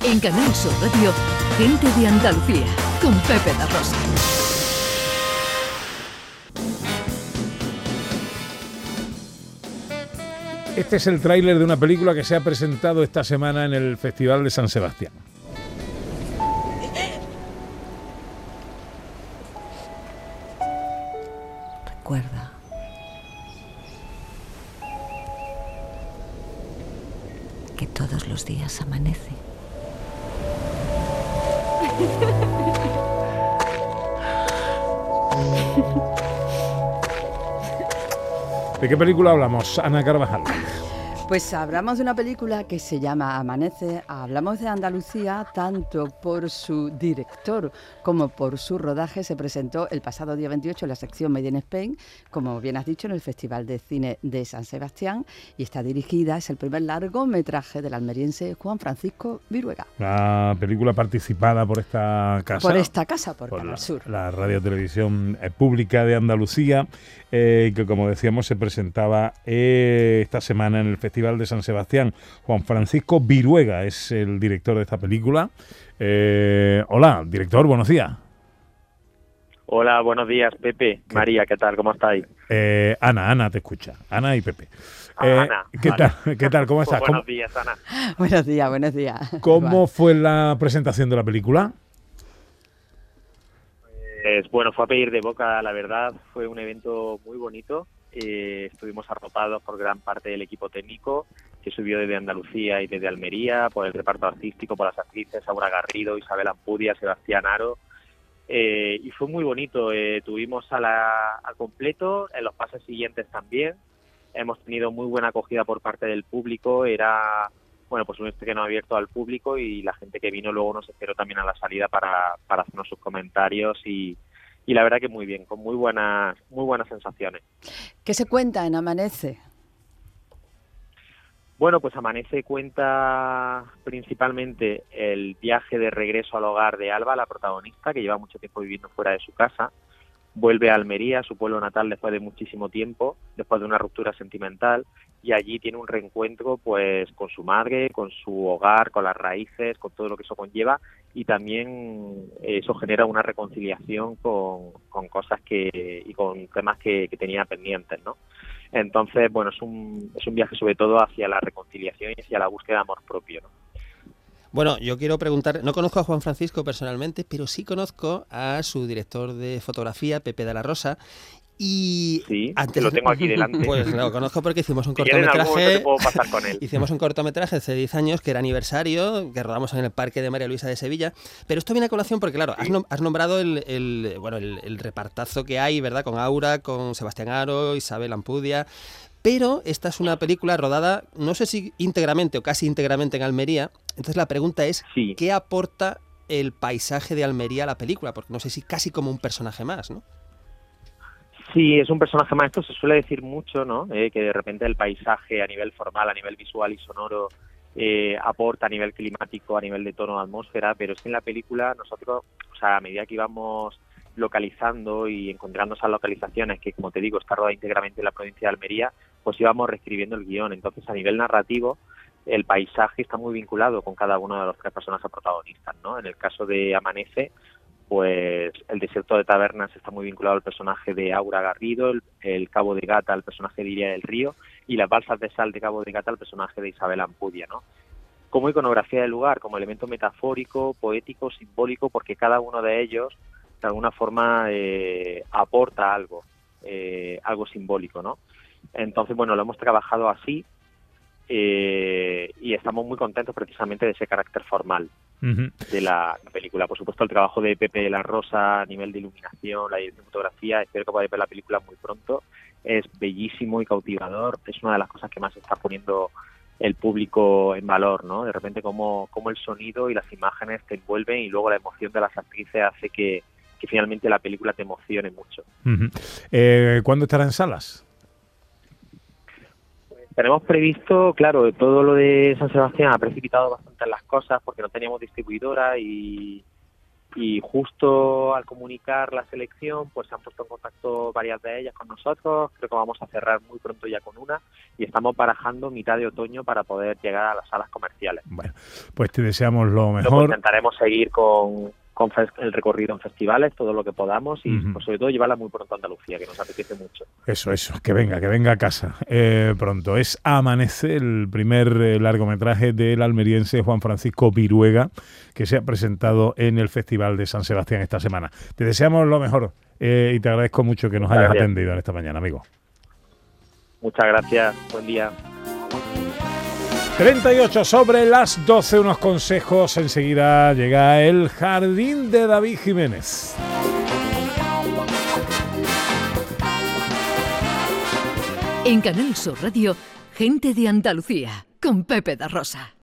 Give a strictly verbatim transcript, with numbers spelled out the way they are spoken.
En Canal Sur Radio, Gente de Andalucía, con Pepe da Rosa. Este es el tráiler de una película que se ha presentado esta semana en el Festival de San Sebastián. Recuerda que todos los días amanece. ¿De qué película hablamos, Ana Carvajal? Pues hablamos de una película que se llama Amanece. Hablamos de Andalucía tanto por su director como por su rodaje. Se presentó el pasado día veintiocho en la sección Made in Spain, como bien has dicho, en el Festival de Cine de San Sebastián, y está dirigida, es el primer largometraje del almeriense Juan Francisco Viruega. La película participada por esta casa. Por esta casa, por, por Canal la, Sur. La Radio Televisión Pública de Andalucía, eh, que como decíamos se presentaba eh, esta semana en el Festival de San Sebastián. Juan Francisco Viruega es el director de esta película. Eh, hola, director, buenos días. Hola, buenos días, Pepe. ¿Qué? María, ¿qué tal? ¿Cómo estáis? Eh, Ana, Ana te escucha. Ana y Pepe. Ah, eh, Ana. ¿Qué Vale. tal? ¿Qué tal? ¿Cómo estás? Pues buenos ¿Cómo? días, Ana. Buenos días, buenos días. ¿Cómo fue la presentación de la película? Pues, bueno, fue a pedir de boca, la verdad. Fue un evento muy bonito. Eh, estuvimos arropados por gran parte del equipo técnico que subió desde Andalucía y desde Almería, por el reparto artístico, por las actrices Aura Garrido, Isabel Ampudia, Sebastián Aro. Eh, y fue muy bonito. Eh, tuvimos a la, al completo, en los pases siguientes también. Hemos tenido muy buena acogida por parte del público. Era, bueno, pues un estreno abierto al público y la gente que vino luego nos esperó también a la salida para, para hacernos sus comentarios y, y la verdad que muy bien, con muy buenas, muy buenas sensaciones. ¿Qué se cuenta en Amanece? Bueno, pues Amanece cuenta principalmente el viaje de regreso al hogar de Alba, la protagonista, que lleva mucho tiempo viviendo fuera de su casa. Vuelve a Almería, a su pueblo natal, después de muchísimo tiempo, después de una ruptura sentimental, y allí tiene un reencuentro pues con su madre, con su hogar, con las raíces, con todo lo que eso conlleva, y también eso genera una reconciliación con, con cosas que y con temas que, que tenía pendientes, ¿no? Entonces, bueno, es un, es un viaje sobre todo hacia la reconciliación y hacia la búsqueda de amor propio, ¿no? Bueno, yo quiero preguntar, no conozco a Juan Francisco personalmente, pero sí conozco a su director de fotografía, Pepe da Rosa. Y sí, antes que lo tengo aquí delante. Pues lo conozco porque hicimos un si cortometraje. Te puedo pasar con él. Hicimos un cortometraje hace diez años que era aniversario, que rodamos en el Parque de María Luisa de Sevilla. Pero esto viene a colación porque, claro, sí. has, nom- has nombrado el, el bueno el, el repartazo que hay, ¿verdad? Con Aura, con Sebastián Aro, Isabel Ampudia. Pero esta es una película rodada, no sé si íntegramente o casi íntegramente en Almería. Entonces la pregunta es, sí. ¿qué aporta el paisaje de Almería a la película? Porque no sé si casi como un personaje más, ¿no? Sí, es un personaje más. Esto se suele decir mucho, ¿no? Eh, que de repente el paisaje a nivel formal, a nivel visual y sonoro eh, aporta a nivel climático, a nivel de tono de atmósfera, pero es que en la película nosotros, o sea, a medida que íbamos localizando y encontrando esas localizaciones, que como te digo, está rodada íntegramente en la provincia de Almería, pues íbamos reescribiendo el guión. Entonces, a nivel narrativo, el paisaje está muy vinculado con cada uno de los tres personajes protagonistas, ¿no? En el caso de Amanece, pues el desierto de Tabernas está muy vinculado al personaje de Aura Garrido, el, el Cabo de Gata al personaje de Iria del Río y las balsas de sal de Cabo de Gata al personaje de Isabel Ampudia, ¿no? Como iconografía del lugar, como elemento metafórico, poético, simbólico, porque cada uno de ellos de alguna forma eh, aporta algo, eh, algo simbólico, ¿no? Entonces, bueno, lo hemos trabajado así eh, y estamos muy contentos precisamente de ese carácter formal uh-huh. de la, la película. Por supuesto, el trabajo de Pepe da Rosa a nivel de iluminación, la dirección de fotografía, espero que podáis ver la película muy pronto. Es bellísimo y cautivador, es una de las cosas que más está poniendo el público en valor, ¿no? De repente cómo, cómo el sonido y las imágenes te envuelven y luego la emoción de las actrices hace que que finalmente la película te emocione mucho. Uh-huh. Eh, ¿Cuándo estará en salas? Tenemos previsto, claro, todo lo de San Sebastián ha precipitado bastante las cosas porque no teníamos distribuidora y, y justo al comunicar la selección pues se han puesto en contacto varias de ellas con nosotros. Creo que vamos a cerrar muy pronto ya con una y estamos barajando mitad de otoño para poder llegar a las salas comerciales. Bueno, pues te deseamos lo mejor. Luego intentaremos seguir con, con el recorrido en festivales, todo lo que podamos y uh-huh. pues sobre todo llevarla muy pronto a Andalucía, que nos apetece mucho. Eso, eso, que venga, que venga a casa eh, pronto. Es Amanece, el primer eh, largometraje del almeriense Juan Francisco Viruega, que se ha presentado en el Festival de San Sebastián esta semana. Te deseamos lo mejor eh, y te agradezco mucho que nos Muchas hayas gracias. atendido en esta mañana, amigo. Muchas gracias, buen día. treinta y ocho sobre las doce, unos consejos, enseguida llega el Jardín de David Jiménez. En Canal Sur Radio, Gente de Andalucía, con Pepe da Rosa.